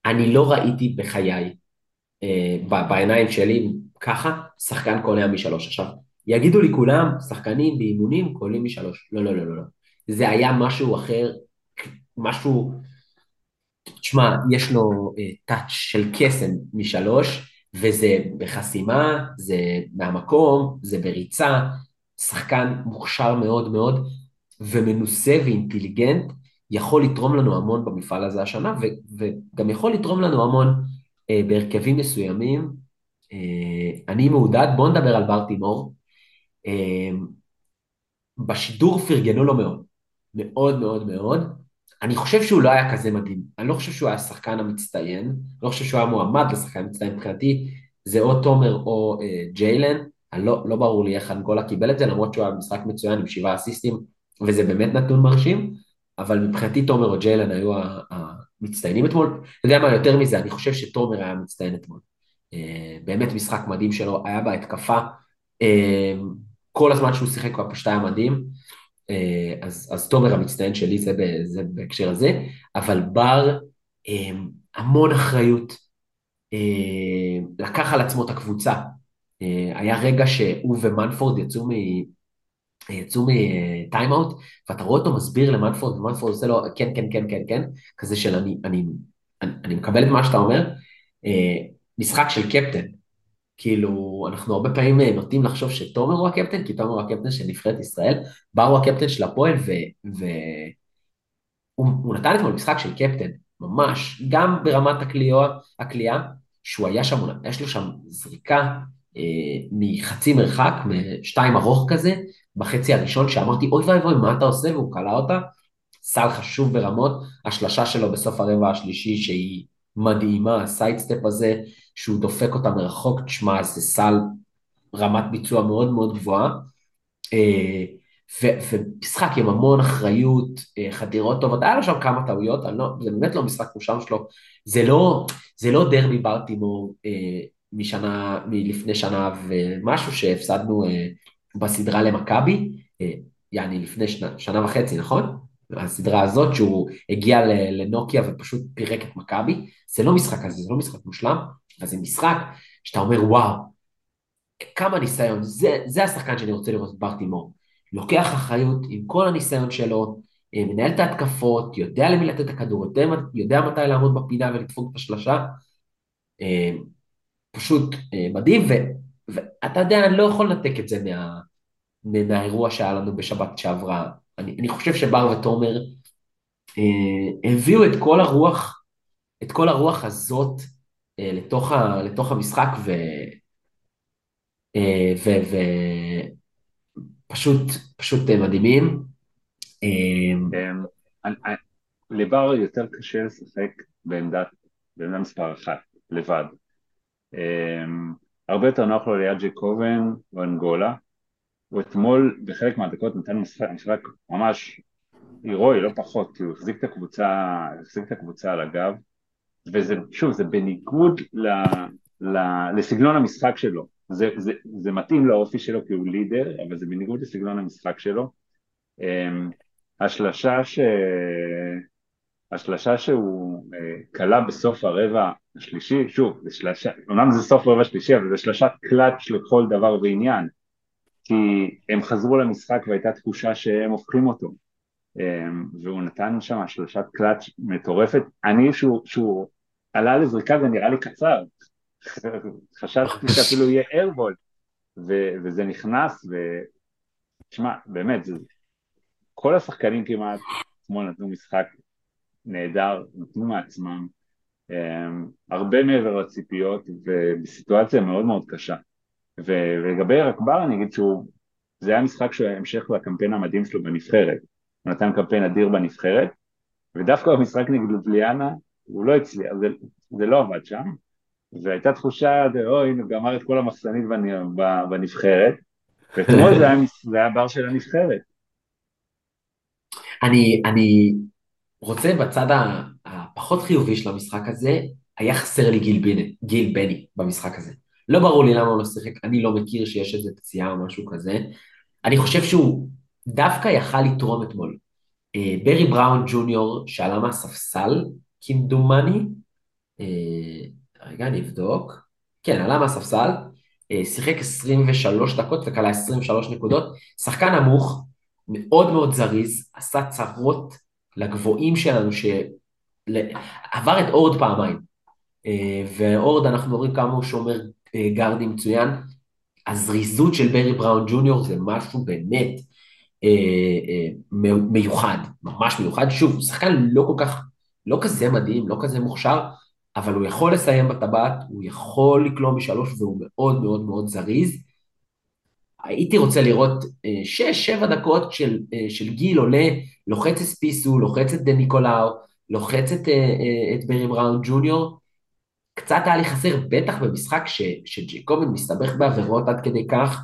אני לא ראיתי בחיי, בעיניים שלי, ככה, שחקן קולע משלוש. עכשיו, יגידו לי כולם, שחקנים באימונים קולעים משלוש. לא, לא, לא, לא, לא. זה היה משהו אחר, משהו, תשמע, יש לו טאץ' של קסם משלוש, וזה בחסימה, זה מהמקום, זה בריצה, שחקן מוכשר מאוד מאוד, ומנוסה ואינטליגנט, יכול לתרום לנו המון במפעל הזה השנה, וגם יכול לתרום לנו המון בהרכבים מסוימים. אני מעודד, בואו נדבר על ברטימור. אה, בשידור פרגנו לו מאוד, מאוד מאוד מאוד. אני חושב שהוא לא היה כזה מדהים. אני לא חושב שהוא היה השחקן המצטיין, לא חושב שהוא היה מועמד לשחקן המצטיין מבחינתי, זה או תומר או ג'יילן. לא ברור לי איך אנגולה קיבל את זה, למרות שהוא היה משחק מצוין עם 7 אסיסטים, וזה באמת נתון מרשים, אבל מבחינתי תומר או ג'יילן היו המצטיינים אתמול. אתה יודע מה, יותר מזה, אני חושב שתומר היה מצטיין אתמול. באמת משחק מדהים שלו, היה בהתקפה. אה, כל הזמן שהוא שיחק בפשטה היה מדהים. אז תומר המצטיין שלי זה בהקשר הזה, אבל בר, המון אחריות, לקח על עצמו את הקבוצה. היה רגע שהוא ומנפורד יצאו מטיימאוט, ואתה רואה אותו מסביר למנפורד, ומנפורד עושה לו כן, כן, כן, כן, כן, כזה של אני מקבל את מה שאתה אומר. אה, משחק של קפטן, כאילו, אנחנו הרבה פעמים נוטים לחשוב שתומר הוא הקפטן, כי תומר הוא הקפטן של נבחרת ישראל, בר הוא הקפטן של הפועל, והוא נתן אתמול משחק של קפטן, ממש, גם ברמת הקליעה, שהוא היה שם, יש לו שם זריקה מחצי מרחק, משתיים ארוך כזה, בחצי הראשון, שאמרתי, אוי ואבוי, מה אתה עושה? והוא קלע אותה, סל חשוב ברמות, השלשה שלו בסוף הרבע השלישי, שהיא מדהימה, הסיידסטפ הזה, שהוא דופק אותה מרחוק, תשמע, זה סל רמת ביצוע מאוד מאוד גבוהה, ומשחק עם המון אחריות, חדירות טובות, היה לו שם כמה טעויות, זה באמת לא משחק מושלם שלו, זה לא דרבי ברטימור מלפני שנה ומשהו שהפסדנו בסדרה למכבי, יעני לפני שנה וחצי, נכון? הסדרה הזאת שהוא הגיע לנוקיה ופשוט פירק את מכבי, זה לא משחק כזה, זה לא משחק מושלם, אבל זה משחק שאתה אומר וואו, כמה ניסיון, זה השחקן שאני רוצה לראות ברטימור. לוקח אחריות עם כל הניסיון שלו, מנהל את ההתקפות, יודע למי לתת את הכדור, יודע מתי לעמוד בפינה ולדפוק את השלשה, אה, פשוט מדהים, ואתה יודע, אני לא יכול לנתק את זה מהאירוע שהיה לנו בשבת שעברה. אני חושב שבר ותומר הביאו את כל הרוח הזאת לתוך המשחק, פשוט מדהימים. אמ, לבר יותר קשה לשחק בעמדה מספר אחת, לבד. הרבה יותר נוח לו ליד ג'קובן או אנגולה. הוא אתמול בחלק מהדקות נתן משחק ממש הירואי, לא פחות, כי הוא החזיק את הקבוצה על הגב, וזה, שוב, זה בניגוד לסגנון המשחק שלו. זה מתאים לאופי שלו כי הוא לידר, אבל זה בניגוד לסגנון המשחק שלו. השלשה השלשה שהוא קלע בסוף הרבע השלישי, שוב, זה שלשה, אומנם זה סוף רבע שלישי, אבל זה שלשת קלאץ' לכל דבר ועניין, כי הם חזרו למשחק והייתה תחושה שהם הופכים אותו, והוא נתן שם שלשת קלאץ' מטורפת. אני שהוא עלה לזריקה זה נראה לי קצר, חשבתי שאפילו יהיה איירבול, וזה נכנס, ותשמע, באמת, כל השחקנים כמעט כמו נתנו משחק נהדר, נתנו מעצמם, הרבה מעבר לציפיות ובסיטואציה מאוד מאוד קשה. ולגבי בר אני אגיד זה היה משחק שהוא המשך לקמפיין המדהים שלו בנבחרת, הוא נתן קמפיין אדיר בנבחרת, ודווקא במשחק נגד לובליאנה הוא לא הצליח, זה לא עבד שם, והייתה תחושה, אוי, הוא גמר את כל המחסנית בנבחרת, ואתמול זה היה בר של הנבחרת. אני רוצה בצד הפחות חיובי של המשחק הזה, היה חסר לי גיל בני במשחק הזה. לא ברור לי למה הוא לא שיחק, אני לא מכיר שיש איזה פציעה או משהו כזה. אני חושב שהוא דווקא יכל לתרום אתמול. ברי בראון ג'וניור שעלה מהספסל, כמדומני, רגע, אני אבדוק. כן, עלה מהספסל, שיחק 23 דקות וכלה 23 נקודות. שחקן נמוך, מאוד מאוד זריז, עשה צרות לגבוהים שלנו, שעבר את אורד פעמיים. ואורד, אנחנו רואים כמה הוא שומר גארדי מצוין. הזריזות של ברי בראון ג'וניור זה משהו באמת מיוחד, ממש מיוחד. שוב, הוא שחקן לא כל כך, לא כזה מדהים, לא כזה מוכשר, אבל הוא יכול לסיים בטבעת, הוא יכול לקלוע משלוש, והוא מאוד מאוד מאוד זריז. הייתי רוצה לראות 6-7 דקות של גיל עולה, לוחץ את ספיסו, לוחץ את ניקולאו, לוחץ את ברי בראון ג'וניור. קצת היה לי חסר, בטח במשחק שג'ייקובי מסתבך בעבירות עד כדי כך.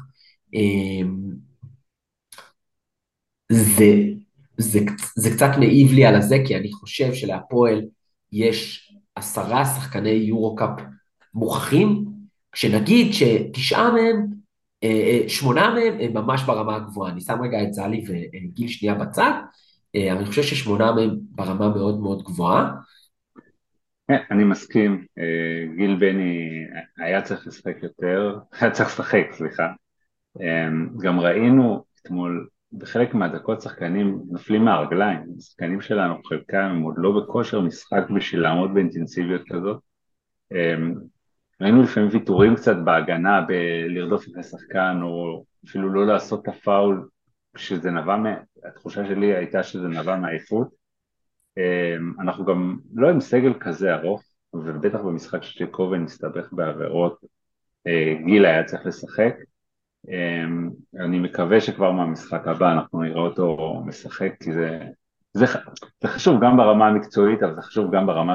זה, זה קצת מעיב לי על הזה, כי אני חושב שלהפועל יש 10 שחקני יורו-קאפ מוכחים, כשנגיד שתשעה מהם, 8 מהם הם ממש ברמה הגבוהה. אני שם רגע את זלי וגיל שנייה בצד, אבל אני חושב ש8 מהם ברמה מאוד מאוד גבוהה. כן, אני מסכים, גיל בני היה צריך לשחק יותר, היה צריך לשחק, סליחה. גם ראינו אתמול בחלק מהדקות שחקנים נופלים מהרגליים, השחקנים שלנו חלקם הם עוד לא בכושר משחק בשביל לעמוד באינטנסיביות כזאת. ראינו לפעמים ויתורים קצת בהגנה בלרדוף את השחקן או אפילו לא לעשות את הפאול, שזה נבע, התחושה שלי הייתה שזה נבע מעייפות. אנחנו גם לא עם סגל כזה ארוך, ובטח במשחק שג'ייקובן מסתבך בעבירות, גיל היה צריך לשחק. אני מקווה שכבר מהמשחק הבא אנחנו נראה אותו משחק, כי זה, זה חשוב גם ברמה המקצועית, אבל זה חשוב גם ברמה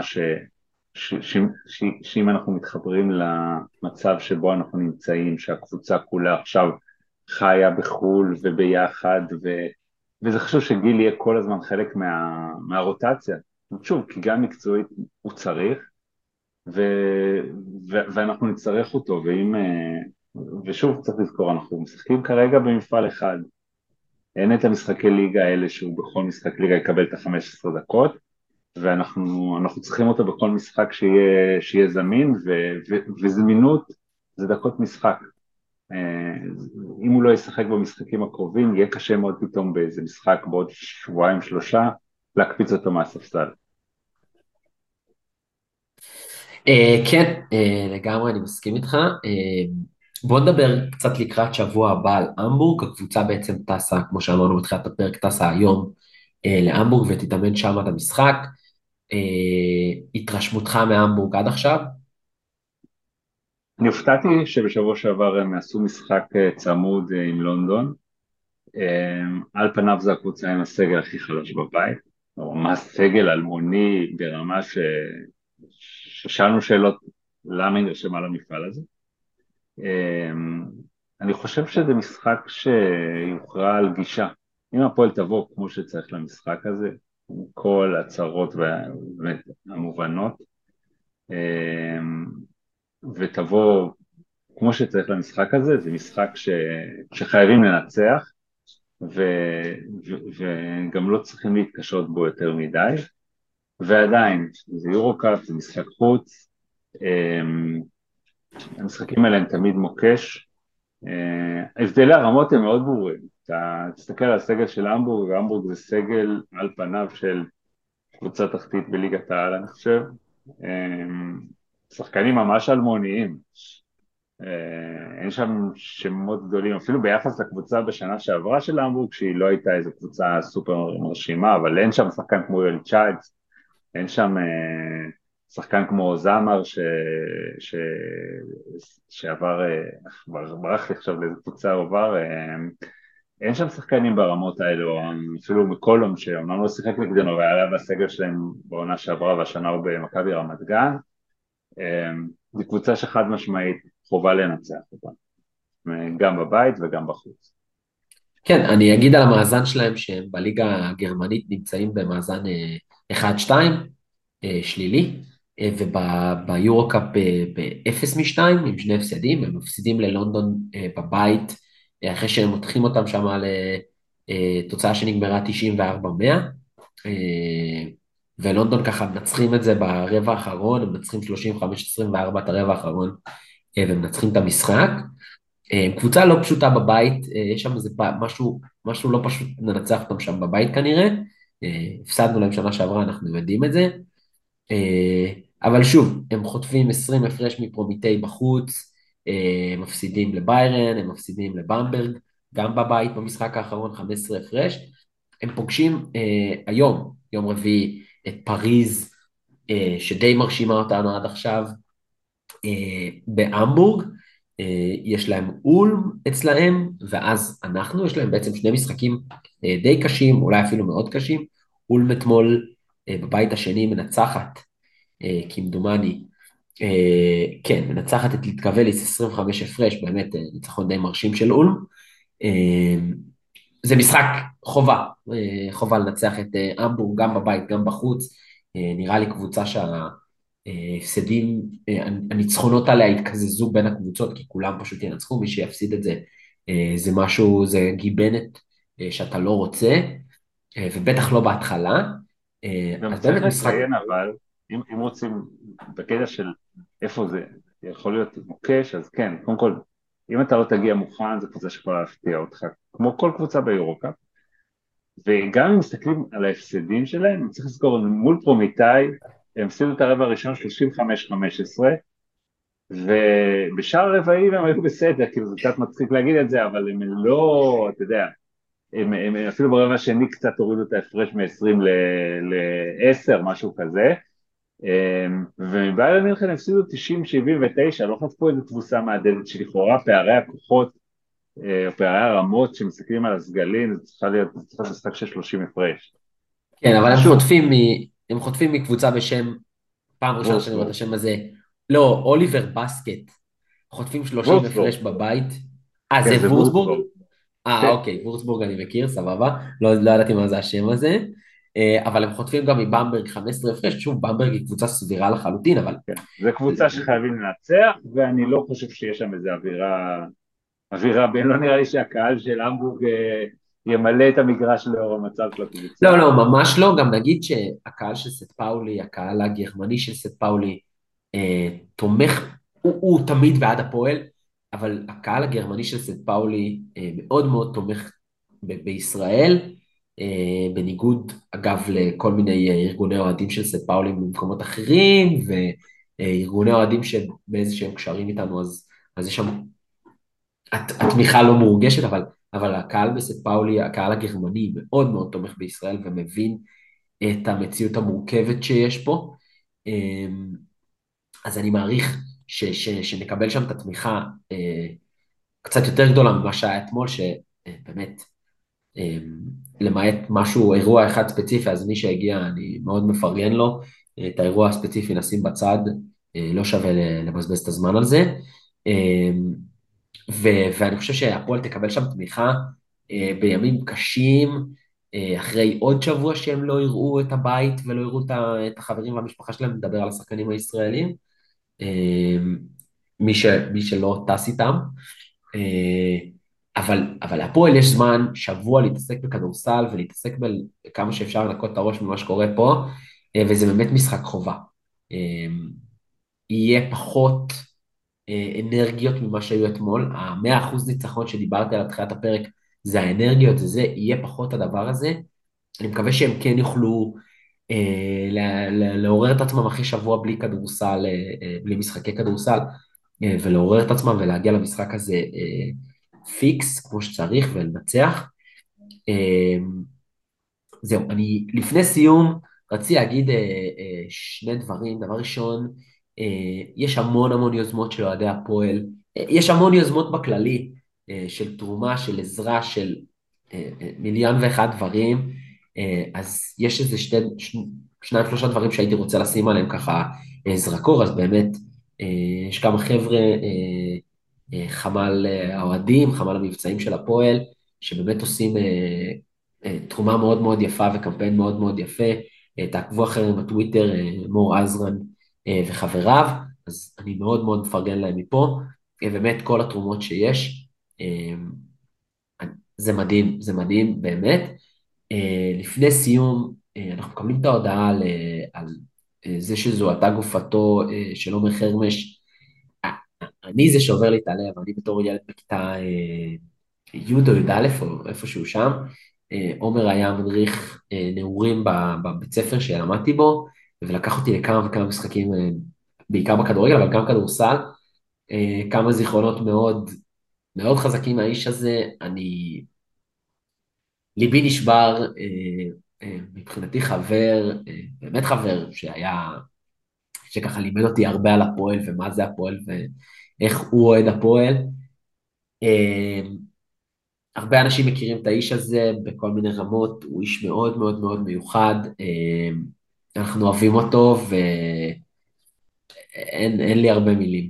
שאם אנחנו מתחברים למצב שבו אנחנו נמצאים, שהקבוצה כולה עכשיו חיה בחול וביחד, וזה חשוב שגיל יהיה כל הזמן חלק מהרוטציה, שוב, כי גם מקצועית הוא צריך, ו, ואנחנו נצטרך אותו, ושוב צריך לזכור, אנחנו משחקים כרגע במפעל אחד, אין את המשחקי ליגה האלה שהוא בכל משחק ליגה יקבל את ה-15 דקות, ואנחנו צריכים אותו בכל משחק שיהיה זמין, וזמינות זה דקות משחק. אם הוא לא ישחק במשחקים הקרובים, יהיה קשה מאוד פתאום באיזה משחק בעוד שבועיים שלושה, להקפיץ אותו מהספסל. כן, לגמרי אני מסכים איתך. בוא נדבר קצת לקראת שבוע הבא על המבורג. הקבוצה בעצם טסה, כמו שאמרנו בתחילת הפרק, טסה היום להמבורג ותתאמן שם את המשחק. התרשמותך מהמבורג עד עכשיו? אני הופתעתי שבשבוע שעבר הם עשו משחק צמוד עם לונדון. על פניו זה הקבוצה עם הסגל הכי חלש בבית, או ממש סגל אלמוני ברמה ששאלנו שאלות למה היא נרשמה למפעל הזה. אני חושב שזה משחק שיוכרע על גישה. אם הפועל תבוא כמו שצריך למשחק הזה, עם כל הצרות והמובנות, ותבוא כמו שצריך למשחק הזה, זה משחק שחייבים לנצח, וגם לא צריכים להתקשות בו יותר מדי, ועדיין, זה יורו-קאפ, זה משחק חוץ, המשחקים האלה הם תמיד מוקש, הבדלי הרמות הם מאוד ברורים, אתה תסתכל על הסגל של המבורג, והמבורג זה סגל על פניו של קבוצה תחתית בליגת העל, אני חושב, שחקנים ממש אלמוניים, אין שם שמות גדולים, אפילו ביחס לקבוצה בשנה שעברה של המבורג, שהיא לא הייתה איזו קבוצה סופר מרשימה, אבל אין שם שחקן כמו יואל צ'יילדס, אין שם שחקן כמו זמר שעבר, ברח לי עכשיו לאיזו קבוצה עובר, אין שם שחקנים ברמות האלו, אפילו מקולום שאומנם לא שיחק נגדנו והיה בסגל שלהם בעונה שעברה והשנה הוא במכבי רמת גן, זו קבוצה שחד משמעית חובה לנצח אותה, גם בבית וגם בחוץ. כן, אני אגיד על המאזן שלהם שהם בליגה הגרמנית נמצאים במאזן 1-2 שלילי, וביורו-קאפ ב-0 מ-2 עם שני הפסדים. הם מפסידים ללונדון בבית אחרי שהם מותחים אותם שם לתוצאה שנגמרה 94-100. ולונדון ככה מנצחים את זה ברבע האחרון, הם מנצחים 35-24 את הרבע האחרון, ומנצחים את המשחק. קבוצה לא פשוטה בבית, יש שם איזה משהו לא פשוט לנצח אותם שם בבית כנראה. הפסדנו להם שנה שעברה, אנחנו יודעים את זה. אבל שוב, הם חוטפים 20 הפרש מפרומיטי בחוץ, מפסידים לביירן, הם מפסידים לבמברג, גם בבית במשחק האחרון 15 הפרש. הם פוגשים היום, יום רביעי, את פריז, שדי מרשימה אותנו עד עכשיו, בהמבורג, יש להם אולם אצלהם, ואז אנחנו, יש להם בעצם שני משחקים די קשים, אולי אפילו מאוד קשים. אולם אתמול בבית השני מנצחת, כמדומני, כן, מנצחת את ליטקבליס 25 הפרש, באמת ניצחון די מרשים של אולם. אה, זה משחק חובה, חובה לנצח את המבורג גם בבית, גם בחוץ. נראה לי קבוצה שההפסדים, הניצחונות עליה יתקזזו בין הקבוצות, כי כולם פשוט ינצחו, מי שיפסיד את זה, זה משהו, זה גיבנת שאתה לא רוצה, ובטח לא בהתחלה. גם אז צריך באמת משחק, לציין אבל, אם רוצים בקטע של איפה זה יכול להיות מוקש, אז כן, קודם כל, אם אתה לא תגיע מוכן, זו קבוצה שיכולה להפתיע אותך, כמו כל קבוצה ביורוקאפ, וגם אם מסתכלים על ההפסדים שלהם, צריך לזכור, מול פרומיטאי, הם הפסידו את הרבע הראשון 35-15, ובשאר הרבעים הם היו בסדר, כאילו זה קצת מצחיק להגיד את זה, אבל הם לא, אתה יודע, הם אפילו ברבע השני קצת הורידו את ההפרש מ-20 ל-10, משהו כזה, ומביירן מינכן הפסידו 90-79, לא חטפו איזו תבוסה מהדהדת שלכאורה פערי הכוחות, או פערי הרמות שמסתכלים על הסגלים, זה צריך להיות משחק של 30 הפרש. כן, אבל ושוב, הם חוטפים מקבוצה בשם, פעם ראשונה שאני רואה את וורסבורג, השם הזה, לא, אוליבר בסקט, חוטפים 30 וורסבורג, הפרש בבית. כן זה זה וורצבורג? וורסבורג, כן, אוקיי, וורצבורג אני מכיר, סבבה, לא ידעתי מה זה השם הזה. אבל הם חוטפים גם מבמברג 15 הפרש, שוב, במברג היא קבוצה סבירה לחלוטין, אבל כן, זה קבוצה שחייבים לנצח, ואני לא חושב שיש שם איזה אווירה, לא נראה לי שהקהל של המבורג ימלא את המגרש לאור המצב של לא, הקבוצה. לא, ממש לא. גם נגיד שהקהל של סט פאולי, הקהל הגרמני של סט פאולי, תומך, הוא תמיד בעד הפועל, אבל הקהל הגרמני של סט פאולי מאוד מאוד תומך בישראל, בניגוד, אגב, לכל מיני ארגוני אוהדים של סט פאולי במקומות אחרים, וארגוני אוהדים שבאיזה שהם קשרים איתנו, אז יש שם, התמיכה לא מורגשת, אבל הקהל בסט פאולי, הקהל הגרמני מאוד מאוד תומך בישראל ומבין את המציאות המורכבת שיש פה. אז אני מעריך שנקבל שם את התמיכה קצת יותר גדולה ממה שהיה אתמול, שבאמת, למעט משהו, אירוע אחד ספציפי, אז מי שהגיע, אני מאוד מפרגן לו. את האירוע הספציפי נשים בצד, לא שווה לבזבז את הזמן על זה. ואני חושב שהפועל תקבל שם תמיכה בימים קשים, אחרי עוד שבוע שהם לא יראו את הבית ולא יראו את החברים והמשפחה שלהם, לדבר על השחקנים הישראלים, מי שלא טס איתם. אבל להפועל יש זמן, שבוע להתעסק בכדורסל ולהתעסק בכמה שאפשר לנקות את הראש ממה שקורה פה, וזה באמת משחק חובה. יהיה פחות אנרגיות ממה שהיו אתמול. ה-100% ניצחון שדיברתי על תחילת הפרק, זה האנרגיות, יהיה פחות הדבר הזה. אני מקווה שהם כן יוכלו לעורר את עצמם אחרי שבוע בלי כדורסל, בלי משחקי כדורסל, ולעורר את עצמם ולהגיע למשחק הזה פיקס, כמו שצריך, ולנצח. זהו, אני לפני סיום רציתי להגיד שני דברים. דבר ראשון, יש המון המון יוזמות של אוהדי הפועל, יש המון יוזמות בכללי, של תרומה, של עזרה, של מיליון ואחד דברים. אז יש איזה שניים שלושה דברים שהייתי רוצה לשים עליהם ככה זרקור. אז באמת, יש כמה חבר'ה, חמ"ל האוהדים, חמ"ל המבצעים של הפועל, שבאמת עושים תרומה מאוד מאוד יפה וקמפיין מאוד מאוד יפה. תעקבו אחריהם בטוויטר, מור עזרן וחבריו, אז אני מאוד מאוד מפרגן להם מפה. באמת כל התרומות שיש, זה מדהים, זה מדהים באמת. לפני סיום, אנחנו מקבלים את ההודעה על זה שזו הייתה גופתו של עומר חרמש. אה, אני זה שעובר לי את הלב, אני בתור ילד בכיתה י' או י"א או איפשהו שם. עומר היה מדריך נעורים בבית ספר שלמדתי בו, ולקח אותי לכמה וכמה משחקים, בעיקר בכדורגל, אבל גם כדורסל. כמה זיכרונות מאוד מאוד חזקים מהאיש הזה. ליבי נשבר, מבחינתי חבר, באמת חבר שככה לימד אותי הרבה על הפועל ומה זה הפועל ואיך הוא אוהד הפועל. אה, הרבה אנשים מכירים את האיש הזה בכל מיני רמות, הוא איש מאוד מאוד מאוד מיוחד. אנחנו אוהבים אותו ואין לי הרבה מילים.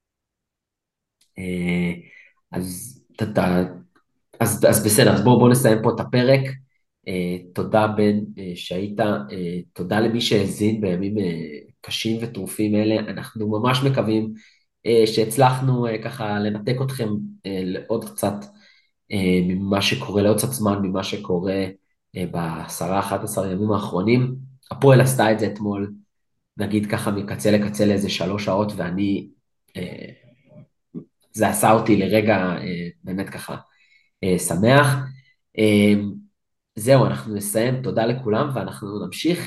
אה, אז אז בסדר, אז בואו נסיים פה את הפרק. תודה בן שהיית, תודה למי שהאזין בימים קשים וטרופים אלה. אנחנו ממש מקווים שהצלחנו ככה לנתק אתכם לעוד קצת ממה שקורה, לעוד קצת זמן ממה שקורה ב10-11 ימים האחרונים. הפועל עשתה את זה אתמול, נגיד ככה מקצה לקצה לאיזה 3 שעות, אה, זה עשה אותי לרגע באמת ככה שמח. אה, זהו, אנחנו נסיים, תודה לכולם, ואנחנו נמשיך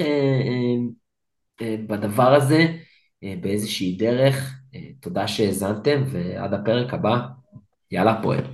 בדבר הזה באיזושהי דרך. תודה שהאזנתם, ועד הפרק הבא, יאללה פועל.